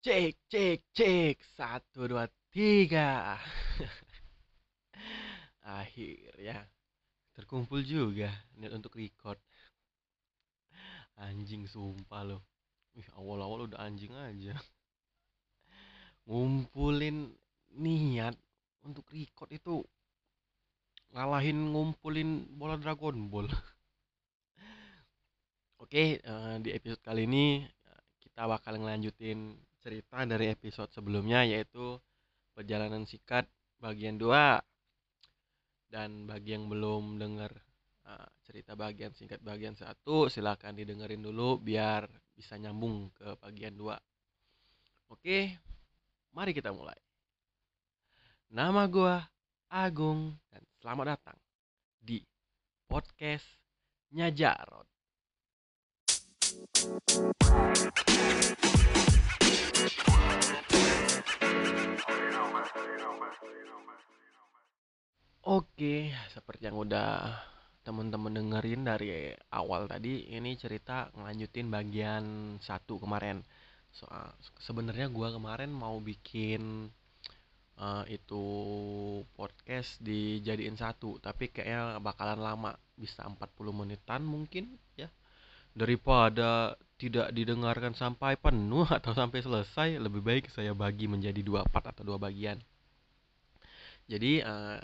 Cek, cek, cek. Satu, dua, tiga. Akhirnya terkumpul juga niat untuk record. Anjing sumpah loh. Awal-awal udah anjing aja. Ngumpulin niat untuk record itu ngalahin ngumpulin bola Dragon Ball. Oke, di episode kali ini kita bakal ngelanjutin cerita dari episode sebelumnya yaitu perjalanan singkat bagian 2. Dan bagi yang belum dengar cerita bagian singkat bagian 1, silakan didengerin dulu biar bisa nyambung ke bagian 2. Oke, mari kita mulai. Nama gua Agung dan selamat datang di podcast Nyajarot. Oke, seperti yang udah teman-teman dengerin dari awal tadi, ini cerita ngelanjutin bagian 1 kemarin. Soal sebenarnya gua kemarin mau bikin itu podcast dijadiin satu, tapi kayaknya bakalan lama, bisa 40 menitan mungkin ya. Daripada tidak didengarkan sampai penuh atau sampai selesai, lebih baik saya bagi menjadi 2 part atau 2 bagian. Jadi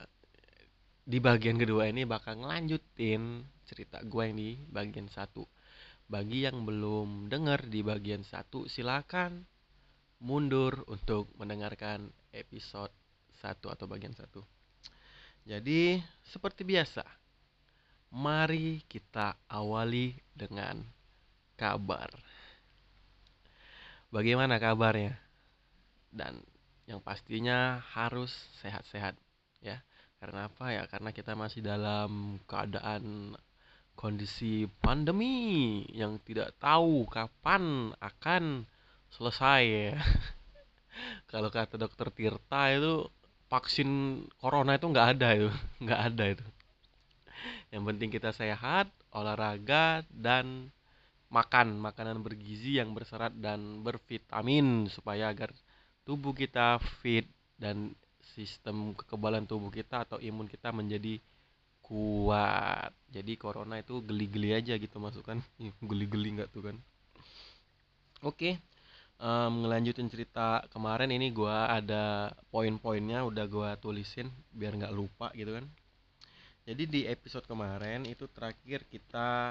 di bagian kedua ini bakal ngelanjutin cerita gue yang di bagian 1. Bagi yang belum dengar di bagian 1, silakan mundur untuk mendengarkan episode 1 atau bagian 1. Jadi, seperti biasa, mari kita awali dengan kabar. Bagaimana kabarnya? Dan yang pastinya harus sehat-sehat ya. Karena apa ya? Karena kita masih dalam keadaan kondisi pandemi yang tidak tahu kapan akan selesai ya. Kalau kata dokter Tirta itu vaksin corona itu nggak ada itu, nggak ada itu. Yang penting kita sehat, olahraga, dan makan makanan bergizi yang berserat dan bervitamin supaya agar tubuh kita fit dan sistem kekebalan tubuh kita atau imun kita menjadi kuat. Jadi corona itu geli-geli aja gitu masukkan. Geli-geli nggak tuh kan? Oke, ngelanjutin cerita kemarin ini gua ada poin-poinnya udah gua tulisin biar nggak lupa gitu kan. Jadi di episode kemarin itu terakhir kita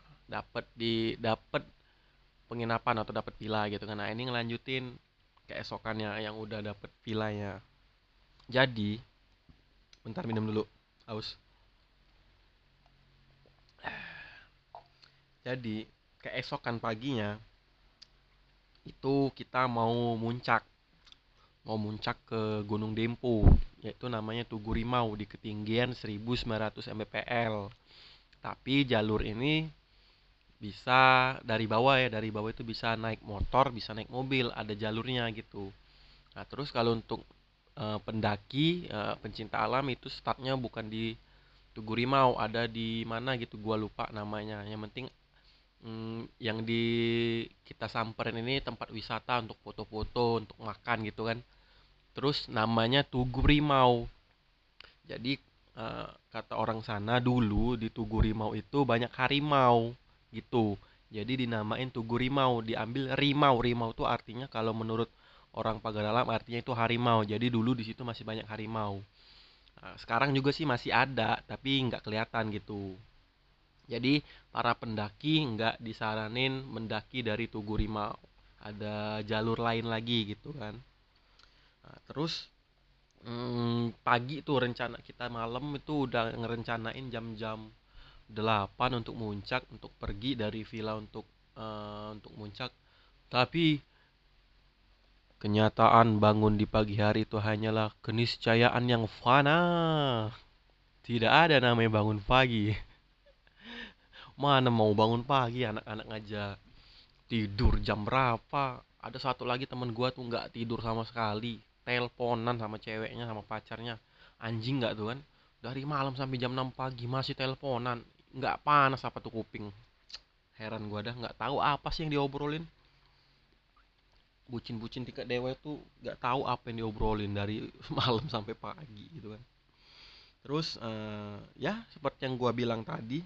dapat penginapan atau dapat villa gitu kan. Nah, ini ngelanjutin keesokannya yang udah dapat villanya. Jadi, bentar minum dulu. Haus. Jadi, keesokan paginya itu kita mau muncak ke Gunung Dempo, yaitu namanya Tugu Rimau di ketinggian 1900 mdpl. Tapi jalur ini bisa dari bawah ya, dari bawah itu bisa naik motor, bisa naik mobil, ada jalurnya gitu. Nah, terus kalau untuk pendaki, pencinta alam itu startnya bukan di Tugu Rimau, ada di mana gitu gua lupa namanya. Yang penting yang di kita samperin ini tempat wisata untuk foto-foto, untuk makan gitu kan. Terus namanya Tugu Rimau. Jadi kata orang sana dulu di Tugu Rimau itu banyak harimau gitu. Jadi dinamain Tugu Rimau, diambil rimau. Rimau itu artinya kalau menurut orang Pagaralam artinya itu harimau. Jadi dulu di situ masih banyak harimau. Nah, sekarang juga sih masih ada, tapi nggak kelihatan gitu. Jadi para pendaki nggak disaranin mendaki dari Tugu Rimau. Ada jalur lain lagi gitu kan. Nah, terus pagi tuh rencana kita malam itu udah ngerencanain jam-jam 8 untuk muncak, untuk pergi dari villa untuk muncak. Tapi kenyataan bangun di pagi hari itu hanyalah keniscayaan yang fana. Tidak ada namanya bangun pagi. Mana mau bangun pagi, anak-anak ngajak tidur jam berapa. Ada satu lagi temen gua tuh nggak tidur sama sekali, teleponan sama ceweknya sama pacarnya. Anjing nggak tuh kan, dari malam sampai jam 6 pagi masih teleponan. Nggak panas apa tuh kuping. Heran gua dah, nggak tahu apa sih yang diobrolin. bucin-bucin tingkat dewa itu nggak tahu apa yang diobrolin dari malam sampai pagi gitu kan. Terus ya seperti yang gua bilang tadi,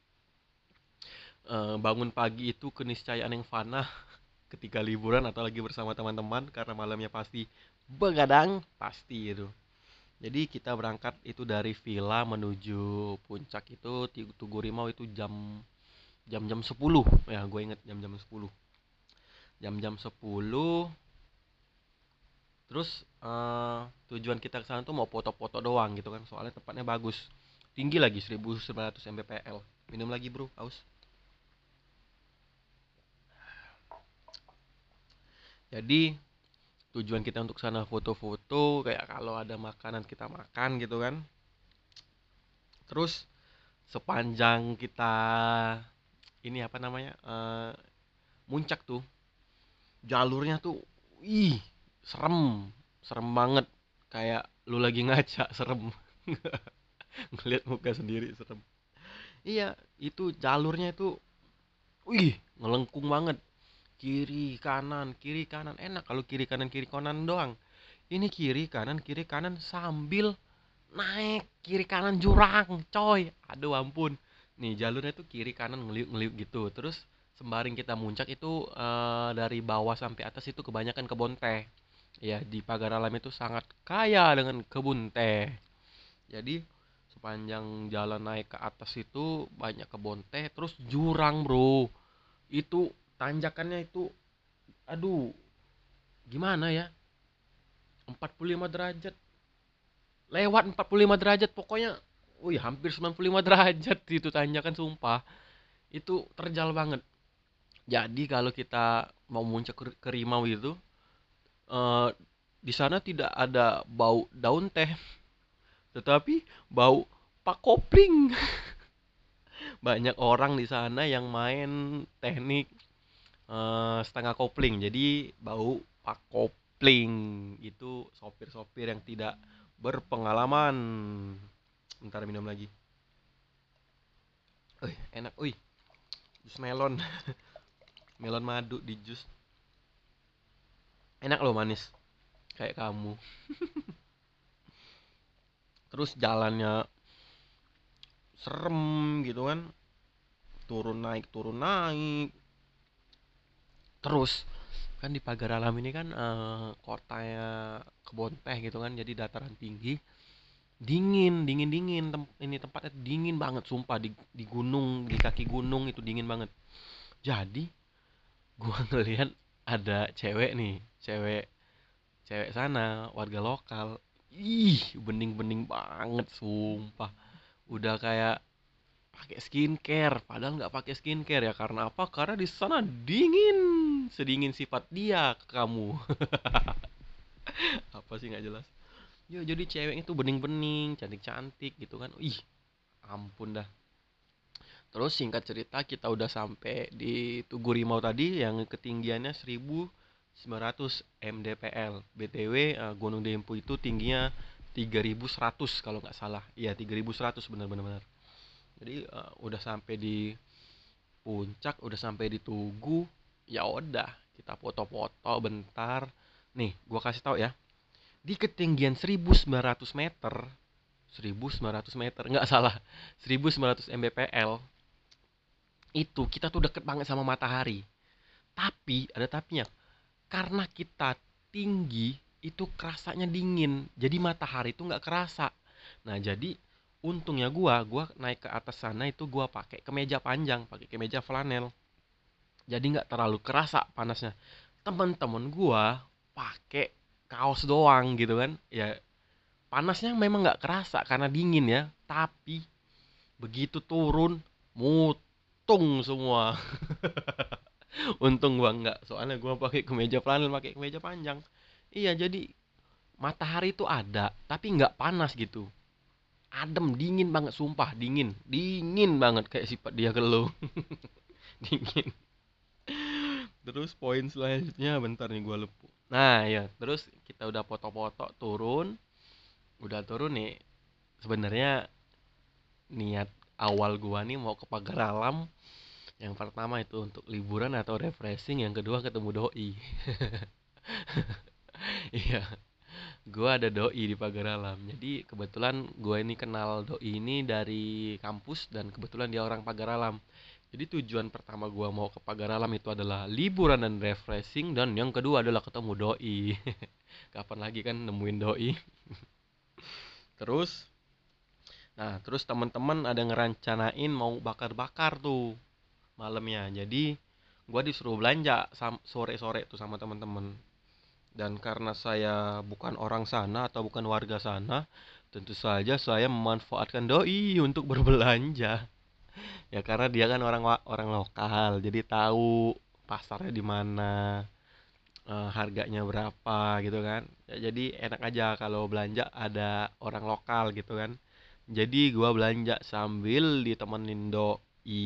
bangun pagi itu keniscayaan yang fana ketika liburan atau lagi bersama teman-teman, karena malamnya pasti begadang pasti itu. Jadi kita berangkat itu dari villa menuju puncak itu Tugu Rimau itu jam-jam 10 ya, gue inget jam-jam 10, jam-jam 10. Terus tujuan kita ke sana tuh mau foto-foto doang gitu kan, soalnya tempatnya bagus, tinggi lagi 1900 mdpl. Minum lagi bro, haus. Jadi tujuan kita untuk sana foto-foto, kayak kalau ada makanan kita makan gitu kan. Terus sepanjang kita ini apa namanya, muncak tuh, jalurnya tuh ih serem, serem banget, kayak lu lagi ngaca serem. Ngeliat muka sendiri serem. Iya, itu jalurnya itu wih ngelengkung banget, kiri kanan enak. Kalau kiri kanan doang, ini kiri kanan sambil naik kiri kanan jurang coy, aduh ampun. Nih jalurnya tuh kiri kanan ngeliuk-ngeliuk gitu. Terus sembari kita muncak itu, dari bawah sampai atas itu kebanyakan kebun teh. Ya, di Pagar Alam itu sangat kaya dengan kebun teh. Jadi sepanjang jalan naik ke atas itu banyak kebun teh, terus jurang bro. Itu tanjakannya itu, aduh, gimana ya, 45 derajat, lewat 45 derajat pokoknya. Wih, hampir 95 derajat itu tanjakan, sumpah. Itu terjal banget. Jadi kalau kita mau muncak ke Rimau itu, eh, di sana tidak ada bau daun teh, tetapi bau pak kopling. Banyak orang di sana yang main teknik setengah kopling. Jadi bau pak kopling itu sopir-sopir yang tidak berpengalaman. Bentar minum lagi. Enak, jus melon. Melon madu di jus. Enak loh, manis. Kayak kamu. Terus jalannya serem gitu kan. Turun naik. Terus kan di Pagar Alam ini kan kotanya kebon teh gitu kan. Jadi dataran tinggi. Dingin. Ini tempatnya dingin banget sumpah, di gunung, di kaki gunung itu dingin banget. Jadi gua ngelihat ada cewek nih, cewek cewek sana, warga lokal. Ih, bening-bening banget sumpah. Udah kayak pakai skincare, padahal nggak pakai skincare ya. Karena apa? Karena di sana dingin, sedingin sifat dia ke kamu. Apa sih nggak jelas. Ya jadi ceweknya tuh bening-bening, cantik-cantik gitu kan. Ih, ampun dah. Terus singkat cerita kita udah sampai di Tugu Rimau tadi yang ketinggiannya 1900 mdpl. BTW Gunung Dempo itu tingginya 3100 kalau nggak salah. Iya 3100, benar-benar. Jadi udah sampai di puncak, udah sampai di Tugu. Ya udah, kita foto-foto bentar. Nih, gua kasih tahu ya. Di ketinggian 1900 meter, 1900 meter, nggak salah, 1900 mdpl, itu kita tuh deket banget sama matahari. Tapi ada tapinya, karena kita tinggi itu kerasanya dingin, jadi matahari itu nggak kerasa. Nah jadi untungnya gua naik ke atas sana itu gua pakai kemeja panjang, pakai kemeja flanel, jadi nggak terlalu kerasa panasnya. Teman-teman gua pakai kaos doang gitu kan, ya panasnya memang nggak kerasa karena dingin ya, tapi begitu turun mutung semua. Untung gua enggak, soalnya gua pakai kemeja flanel, pakai kemeja panjang. Iya, jadi matahari itu ada, tapi nggak panas gitu. Adem, dingin banget, sumpah, dingin banget kayak sifat dia ke lo. Dingin. Terus poin selanjutnya, bentar nih gua lupa. Nah, ya, terus kita udah foto-foto udah turun nih. Sebenarnya niat awal gua nih mau ke Pagar Alam. Yang pertama itu untuk liburan atau refreshing, yang kedua ketemu doi. Ya, gua ada doi di pagar alam. Jadi kebetulan gua ini kenal doi ini dari kampus dan kebetulan dia orang pagar alam. Jadi tujuan pertama gua mau ke pagar alam itu adalah liburan dan refreshing, dan yang kedua adalah ketemu doi. Kapan lagi kan nemuin doi. Terus, nah terus teman-teman ada ngerancanain mau bakar-bakar tuh malamnya. Jadi gua disuruh belanja sore-sore tuh sama teman-teman. Dan karena saya bukan orang sana atau bukan warga sana, tentu saja saya memanfaatkan doi untuk berbelanja. Ya karena dia kan orang lokal, jadi tahu pasarnya di mana, harganya berapa gitu kan. Ya, jadi enak aja kalau belanja ada orang lokal gitu kan. Jadi gua belanja sambil ditemenin doi.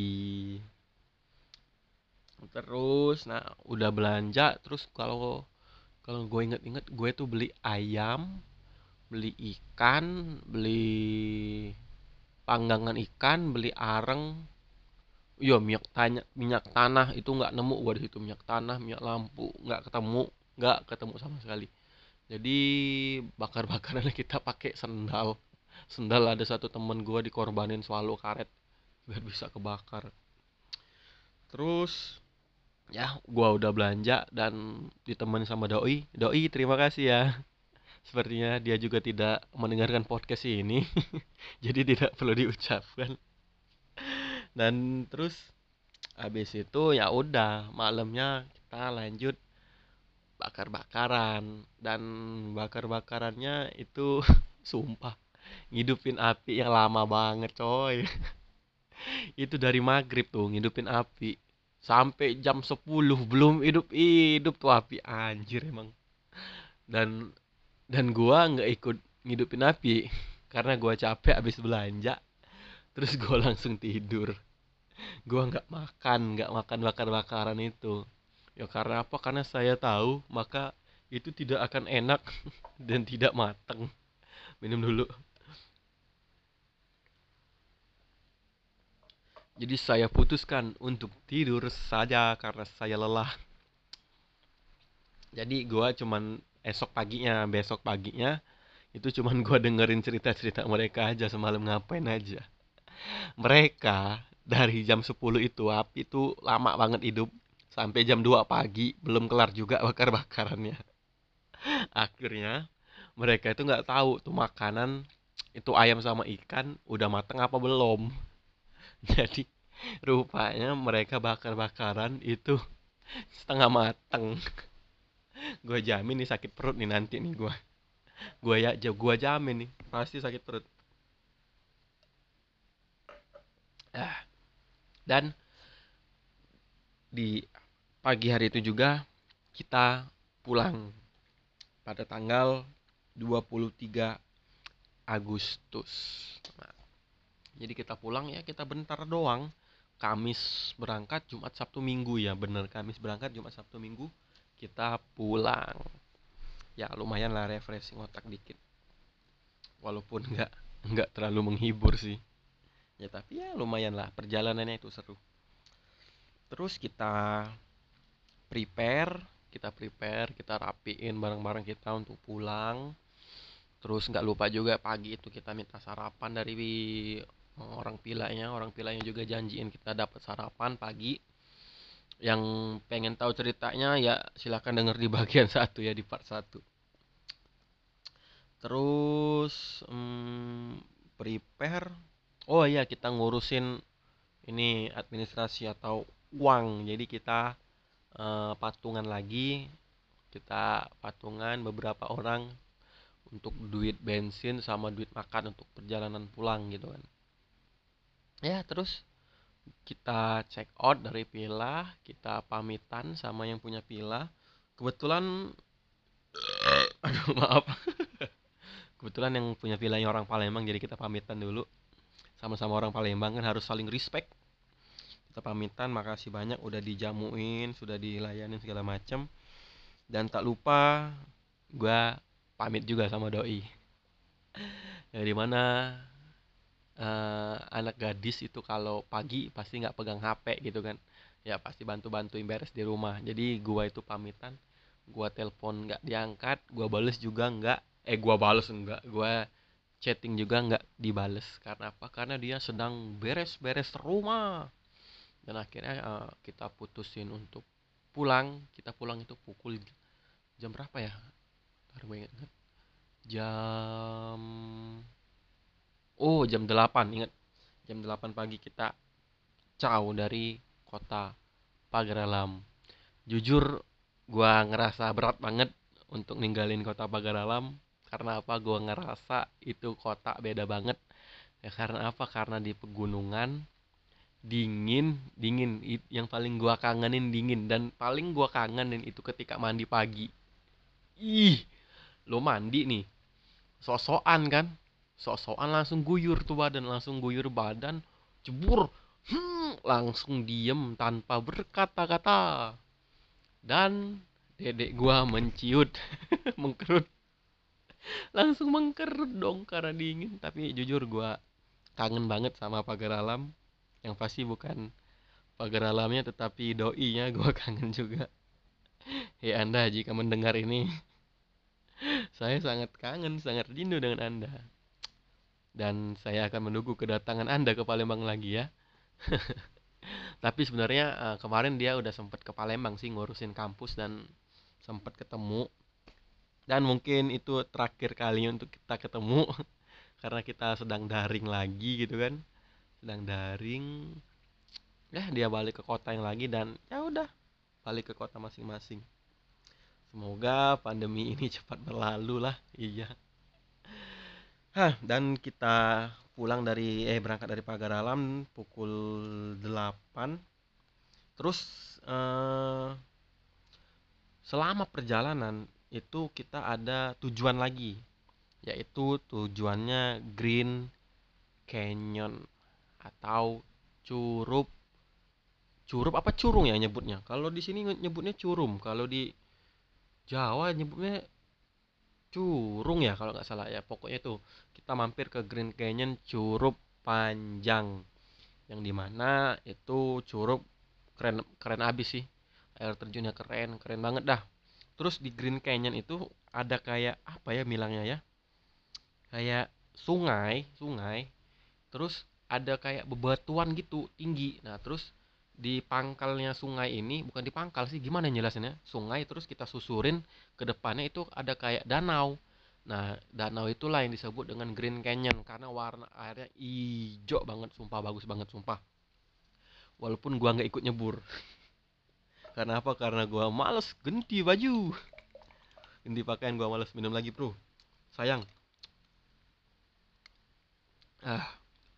Terus, nah udah belanja, terus kalau kalau gue inget-inget gue tuh beli ayam, beli ikan, beli panggangan ikan, beli areng. Iya, minyak tanah itu nggak nemu gua di situ. Minyak tanah, minyak lampu nggak ketemu sama sekali. Jadi bakar-bakaran kita pakai sendal. Sendal ada satu temen gua dikorbanin selalu karet biar bisa kebakar. Terus ya gua udah belanja dan ditemani sama doi. Doi terima kasih ya. Sepertinya dia juga tidak mendengarkan podcast ini. Jadi tidak perlu diucapkan. Dan terus habis itu ya udah malamnya kita lanjut bakar-bakaran, dan bakar-bakarannya itu sumpah ngidupin api yang lama banget coy. Itu dari maghrib tuh ngidupin api sampai jam 10 belum hidup-hidup tuh api, anjir emang. Dan dan gua nggak ikut ngidupin api karena gua capek abis belanja, terus gua langsung tidur. Gua nggak makan bakar-bakaran itu. Ya karena apa? Karena saya tahu maka itu tidak akan enak dan tidak matang. Minum dulu. Jadi saya putuskan untuk tidur saja karena saya lelah. Jadi gua cuman besok paginya itu cuman gua dengerin cerita-cerita mereka aja semalam ngapain aja. Mereka dari jam 10 itu api itu lama banget hidup sampai jam 2 pagi belum kelar juga bakar-bakarannya. Akhirnya mereka itu nggak tahu tuh makanan itu ayam sama ikan udah mateng apa belum. Jadi rupanya mereka bakar-bakaran itu setengah mateng. Gue jamin nih sakit perut nih nanti nih gue. Gue jamin nih pasti sakit perut. Ah, dan di pagi hari itu juga kita pulang pada tanggal 23 Agustus. Nah, jadi kita pulang ya kita bentar doang. Kamis berangkat, Jumat, Sabtu, Minggu ya. Bener, Kamis berangkat, Jumat, Sabtu, Minggu kita pulang. Ya lumayan lah refreshing otak dikit. Walaupun nggak terlalu menghibur sih. Ya tapi ya lumayan lah perjalanannya itu seru. Terus prepare, kita rapiin barang-barang kita untuk pulang. Terus nggak lupa juga pagi itu kita minta sarapan dari orang pilanya juga janjiin kita dapat sarapan pagi. Yang pengen tahu ceritanya ya silakan denger di bagian satu ya, di part 1. Terus prepare. Oh iya, kita ngurusin ini administrasi atau uang. Jadi kita patungan lagi. Kita patungan beberapa orang untuk duit bensin sama duit makan untuk perjalanan pulang gitu kan. Ya, terus kita check out dari villa, kita pamitan sama yang punya villa. Kebetulan aduh maaf. Kebetulan yang punya villanya orang Palembang, jadi kita pamitan dulu. Sama-sama orang Palembang kan harus saling respect. Kita pamitan, makasih banyak udah dijamuin, sudah dilayanin segala macem. Dan tak lupa gua pamit juga sama doi. Ya dimana anak gadis itu kalau pagi pasti nggak pegang HP gitu kan. Ya pasti bantu-bantuin beres di rumah. Jadi gua itu pamitan Gua telepon nggak diangkat, gua bales juga nggak. Gua bales enggak, gua chatting juga nggak dibales. Karena apa? Karena dia sedang beres-beres rumah. Dan akhirnya kita putusin untuk pulang. Kita pulang itu pukul jam berapa ya? Ntar gue inget. Jam jam 8, ingat. Jam 8 pagi kita ciao dari kota Pagaralam. Jujur gua ngerasa berat banget untuk ninggalin kota Pagaralam. Karena apa? Gua ngerasa itu kota beda banget. Ya karena apa? Karena di pegunungan, dingin, dingin. Yang paling gua kangenin dingin, dan paling gua kangenin itu ketika mandi pagi. Ih, lo mandi nih, sok-sokan kan? Sok-sokan langsung guyur tuh badan, langsung guyur badan, jebur. Langsung diem tanpa berkata-kata. Dan dedek gua menciut, mengkerut, langsung mengkerut dong karena dingin. Tapi jujur gua kangen banget sama pagar alam. Yang pasti bukan pagar alamnya tetapi doinya gua kangen juga. Hei Anda, jika mendengar ini, saya sangat kangen, sangat rindu dengan Anda. Dan saya akan menunggu kedatangan Anda ke Palembang lagi ya. Tapi sebenarnya kemarin dia udah sempet ke Palembang sih ngurusin kampus dan sempet ketemu. Dan mungkin itu terakhir kali untuk kita ketemu karena kita sedang daring lagi gitu kan. Sedang daring. Ya, dia balik ke kota yang lagi dan ya udah, balik ke kota masing-masing. Semoga pandemi ini cepat berlalu lah. Iya. Dan kita berangkat dari Pagaralam pukul 8. Terus eh, selama perjalanan itu kita ada tujuan lagi, yaitu tujuannya Green Canyon atau Curup. Curup apa Curung ya nyebutnya? Kalau di sini nyebutnya Curum, kalau di Jawa nyebutnya Curung ya kalau nggak salah ya. Pokoknya tuh kita mampir ke Green Canyon Curup Panjang, yang dimana itu Curup keren keren abis sih. Air terjunnya keren keren banget dah. Terus di Green Canyon itu ada kayak apa ya bilangnya ya, kayak sungai sungai. Terus ada kayak bebatuan gitu tinggi. Nah terus di pangkalnya sungai ini, bukan di pangkal sih, gimana jelasinnya, sungai terus kita susurin ke depannya itu ada kayak danau. Nah danau itulah yang disebut dengan Green Canyon karena warna airnya hijau banget, sumpah bagus banget sumpah. Walaupun gua nggak ikut nyebur. Karena apa? Karena gua males ganti baju, ganti pakaian, gua males minum lagi bro, sayang. ah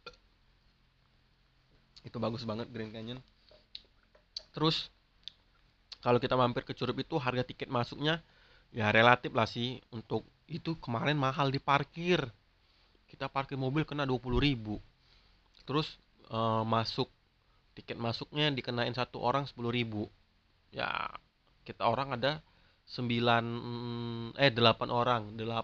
itu bagus banget Grand Canyon. Terus kalau kita mampir ke Curug itu harga tiket masuknya ya relatif lah sih. Untuk itu kemarin mahal di parkir, kita parkir mobil kena 20.000. Terus masuk, tiket masuknya dikenain satu orang 10.000. Ya kita orang ada 8 orang,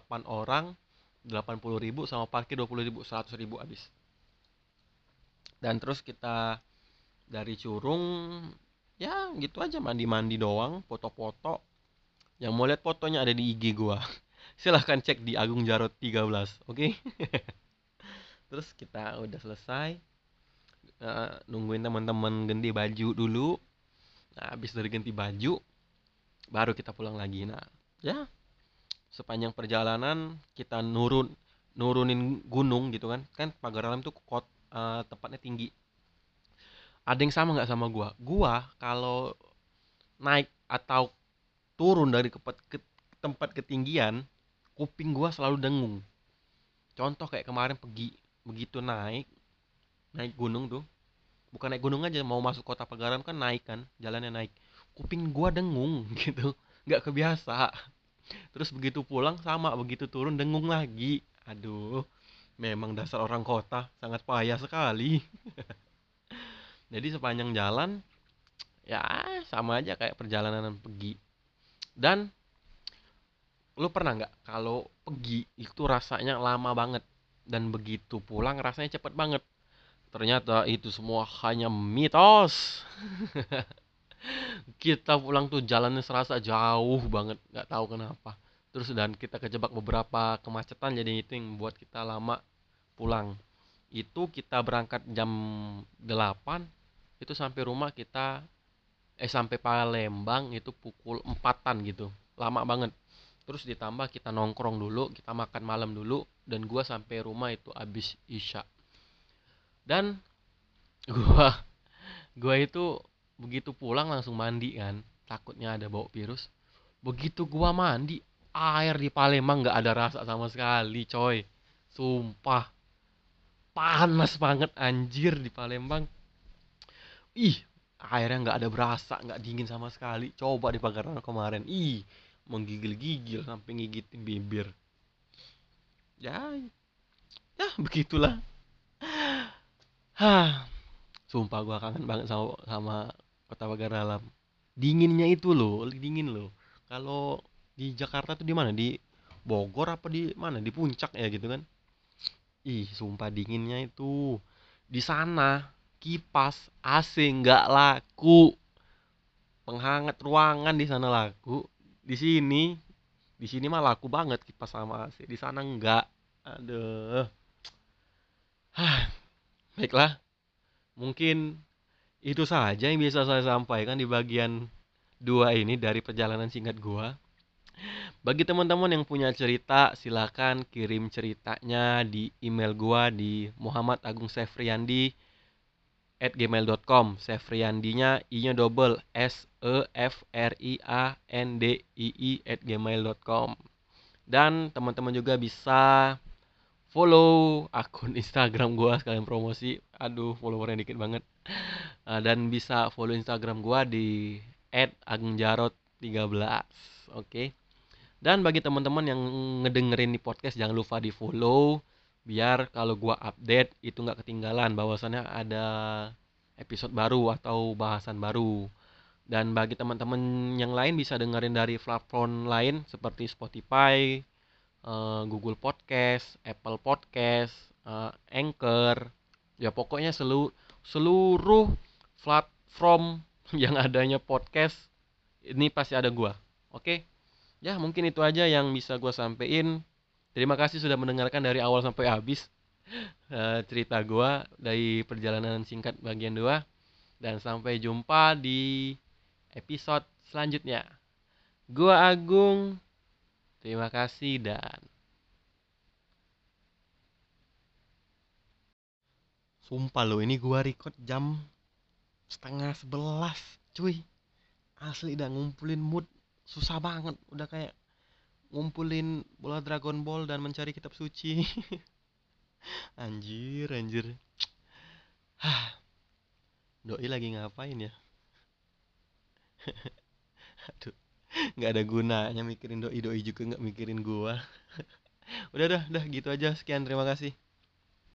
80.000 sama parkir 20.000, 100.000 habis. Dan terus kita dari Curung ya gitu aja, mandi-mandi doang, foto-foto. Yang mau lihat fotonya ada di IG gua. Silahkan cek di Agung Jarot 13, oke? Terus kita udah selesai, nungguin teman-teman ganti baju dulu. Nah, habis dari ganti baju baru kita pulang lagi. Nah, ya sepanjang perjalanan kita nurunin gunung gitu kan. Kan Pagaralam tuh tempatnya tinggi. Ada yang sama nggak sama gua? Gua kalau naik atau turun dari tempat ketinggian, kuping gua selalu dengung. Contoh kayak kemarin pergi, begitu naik naik gunung tuh, bukan naik gunung aja, mau masuk kota Pagaralam kan naik kan, jalannya naik, kuping gua dengung gitu, nggak kebiasa. Terus begitu pulang sama, begitu turun dengung lagi. Aduh, memang dasar orang kota sangat payah sekali. Jadi sepanjang jalan ya sama aja kayak perjalanan pergi. Dan lu pernah nggak kalau pergi itu rasanya lama banget, dan begitu pulang rasanya cepet banget? Ternyata itu semua hanya mitos. Kita pulang tuh jalannya serasa jauh banget, nggak tahu kenapa. Terus dan kita kejebak beberapa kemacetan, jadi itu yang membuat kita lama pulang. Itu kita berangkat jam 8, itu sampai rumah kita sampai Palembang itu pukul 4-an gitu. Lama banget. Terus ditambah kita nongkrong dulu, kita makan malam dulu, dan gua sampai rumah itu abis Isya. Dan gua gua itu begitu pulang langsung mandi kan, takutnya ada bau virus. Begitu gua mandi, air di Palembang nggak ada rasa sama sekali, coy. Sumpah, panas banget anjir di Palembang. Ih, airnya nggak ada berasa, nggak dingin sama sekali. Coba di Pagaran kemarin, ih, menggigil-gigil sampai ngigitin bibir. Ya, ya begitulah. Hah, sumpah gua kangen banget sama sama Kota Pagaralam. Dinginnya itu loh, dingin loh. Kalau di Jakarta tuh di mana? Di Bogor apa di mana? Di puncak ya gitu kan? Ih, sumpah dinginnya itu. Di sana kipas AC nggak laku. Penghangat ruangan di sana laku. Di sini, di sini mah laku banget kipas sama AC. Di sana enggak. Aduh. Hah, baiklah. Mungkin itu saja yang bisa saya sampaikan di bagian 2 ini dari perjalanan singkat gua. Bagi teman-teman yang punya cerita, silakan kirim ceritanya di email gua di muhammadagungsefriandi@gmail.com. Sefriandinya i-nya double SEFRIANDII @gmail.com. Dan teman-teman juga bisa follow akun Instagram gua, sekalian promosi. Aduh, followernya dikit banget. Dan bisa follow Instagram gua di @agungjarot13. Oke. Dan bagi teman-teman yang ngedengerin di podcast, jangan lupa di follow biar kalau gua update itu nggak ketinggalan bahwasannya ada episode baru atau bahasan baru. Dan bagi teman-teman yang lain bisa dengerin dari platform lain seperti Spotify, Google Podcast, Apple Podcast, Anchor. Ya pokoknya seluruh seluruh platform yang adanya podcast ini pasti ada gua. Oke? Ya, mungkin itu aja yang bisa gua sampein. Terima kasih sudah mendengarkan dari awal sampai habis cerita gua dari perjalanan singkat bagian 2, dan sampai jumpa di episode selanjutnya. Gua Agung, terima kasih dan sumpah lo ini gua record jam setengah 11, cuy. Asli dah ngumpulin mood susah banget, udah kayak ngumpulin bola Dragon Ball dan mencari kitab suci. Anjir, anjir. Doi lagi ngapain ya? Aduh, nggak ada gunanya mikirin doi, doi juga nggak mikirin gua. Udah gitu aja. Sekian, terima kasih.